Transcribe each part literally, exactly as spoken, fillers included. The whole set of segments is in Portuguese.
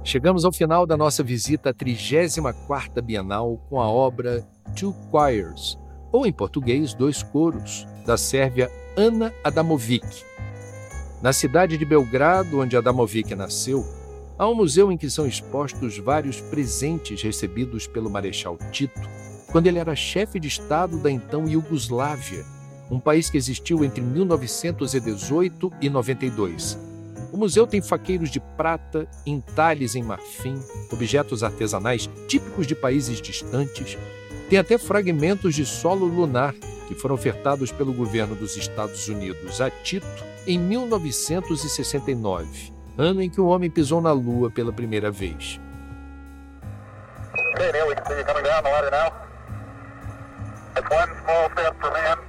Chegamos ao final da nossa visita à trigésima quarta Bienal com a obra Two Choirs, ou em português, Dois Coros, da sérvia Ana Adamovic. Na cidade de Belgrado, onde Adamovic nasceu, há um museu em que são expostos vários presentes recebidos pelo Marechal Tito, quando ele era chefe de Estado da então Iugoslávia, um país que existiu entre mil novecentos e dezoito e noventa e dois. O museu tem faqueiros de prata, entalhes em marfim, objetos artesanais típicos de países distantes. Tem até fragmentos de solo lunar que foram ofertados pelo governo dos Estados Unidos a Tito em mil novecentos e sessenta e nove, ano em que o homem pisou na Lua pela primeira vez. Okay, Neil, we can see you coming down the ladder now. It's one small step for man,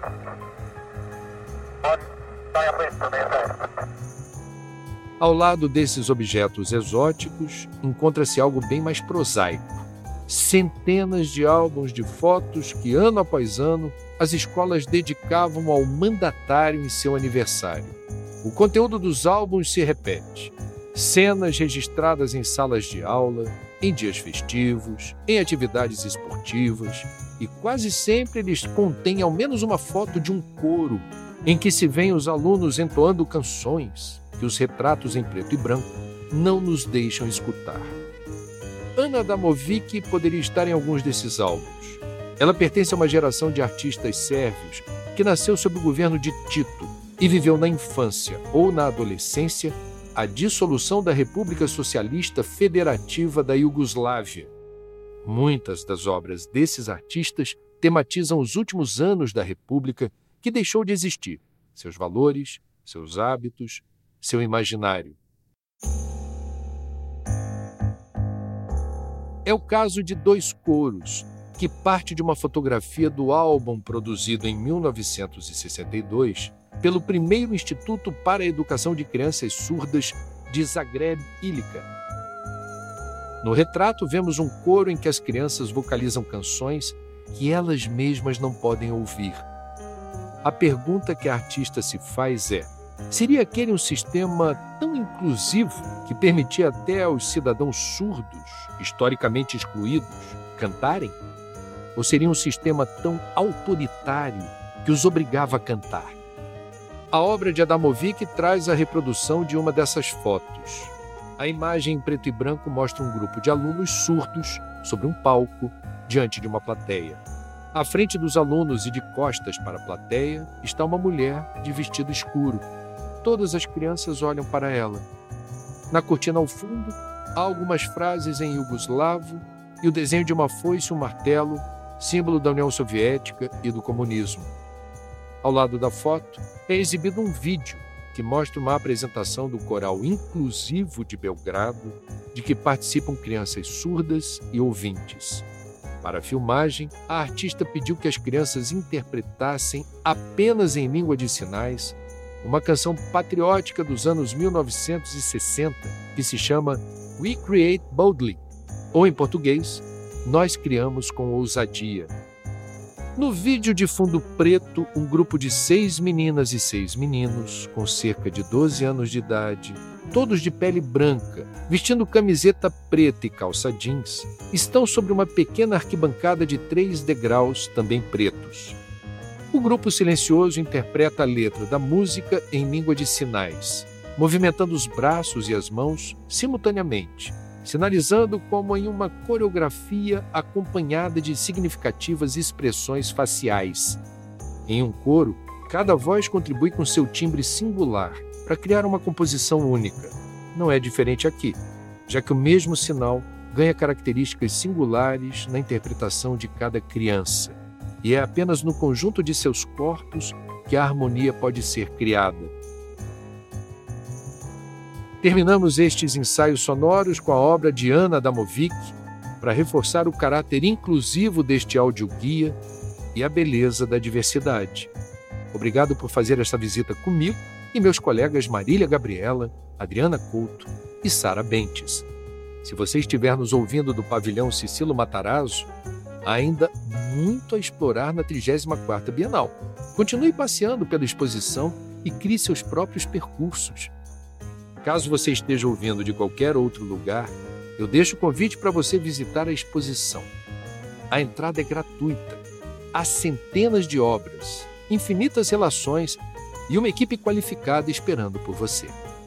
one giant leap for mankind. Ao lado desses objetos exóticos, encontra-se algo bem mais prosaico. Centenas de álbuns de fotos que, ano após ano, as escolas dedicavam ao mandatário em seu aniversário. O conteúdo dos álbuns se repete. Cenas registradas em salas de aula, em dias festivos, em atividades esportivas, e quase sempre eles contêm ao menos uma foto de um coro em que se vêem os alunos entoando canções que os retratos em preto e branco não nos deixam escutar. Ana Adamovic poderia estar em alguns desses álbuns. Ela pertence a uma geração de artistas sérvios que nasceu sob o governo de Tito e viveu na infância ou na adolescência a dissolução da República Socialista Federativa da Iugoslávia. Muitas das obras desses artistas tematizam os últimos anos da República que deixou de existir, seus valores, seus hábitos, seu imaginário. É o caso de Dois Coros, que parte de uma fotografia do álbum produzido em mil novecentos e sessenta e dois pelo primeiro Instituto para a Educação de Crianças Surdas de Zagreb Ilica. No retrato, vemos um coro em que as crianças vocalizam canções que elas mesmas não podem ouvir. A pergunta que a artista se faz é: seria aquele um sistema tão inclusivo que permitia até aos cidadãos surdos, historicamente excluídos, cantarem? Ou seria um sistema tão autoritário que os obrigava a cantar? A obra de Adamovic traz a reprodução de uma dessas fotos. A imagem em preto e branco mostra um grupo de alunos surdos sobre um palco, diante de uma plateia. À frente dos alunos e de costas para a plateia está uma mulher de vestido escuro. Todas as crianças olham para ela. Na cortina ao fundo, há algumas frases em iugoslavo e o desenho de uma foice e um martelo, símbolo da União Soviética e do comunismo. Ao lado da foto é exibido um vídeo que mostra uma apresentação do coral inclusivo de Belgrado, de que participam crianças surdas e ouvintes. Para a filmagem, a artista pediu que as crianças interpretassem apenas em língua de sinais uma canção patriótica dos anos mil novecentos e sessenta que se chama We Create Boldly, ou em português, Nós Criamos com Ousadia. No vídeo de fundo preto, um grupo de seis meninas e seis meninos, com cerca de doze anos de idade, todos de pele branca, vestindo camiseta preta e calça jeans, estão sobre uma pequena arquibancada de três degraus, também pretos. O grupo silencioso interpreta a letra da música em língua de sinais, movimentando os braços e as mãos simultaneamente, sinalizando como em uma coreografia acompanhada de significativas expressões faciais. Em um coro, cada voz contribui com seu timbre singular para criar uma composição única. Não é diferente aqui, já que o mesmo sinal ganha características singulares na interpretação de cada criança. E é apenas no conjunto de seus corpos que a harmonia pode ser criada. Terminamos estes ensaios sonoros com a obra de Ana Adamovic para reforçar o caráter inclusivo deste audioguia e a beleza da diversidade. Obrigado por fazer esta visita comigo e meus colegas Marília Gabriela, Adriana Couto e Sara Bentes. Se você estiver nos ouvindo do pavilhão Cicilo Matarazzo, há ainda muito a explorar na trigésima quarta Bienal. Continue passeando pela exposição e crie seus próprios percursos. Caso você esteja ouvindo de qualquer outro lugar, Eu deixo o convite para você visitar a exposição. A entrada é gratuita. Há centenas de obras, infinitas relações e uma equipe qualificada esperando por você.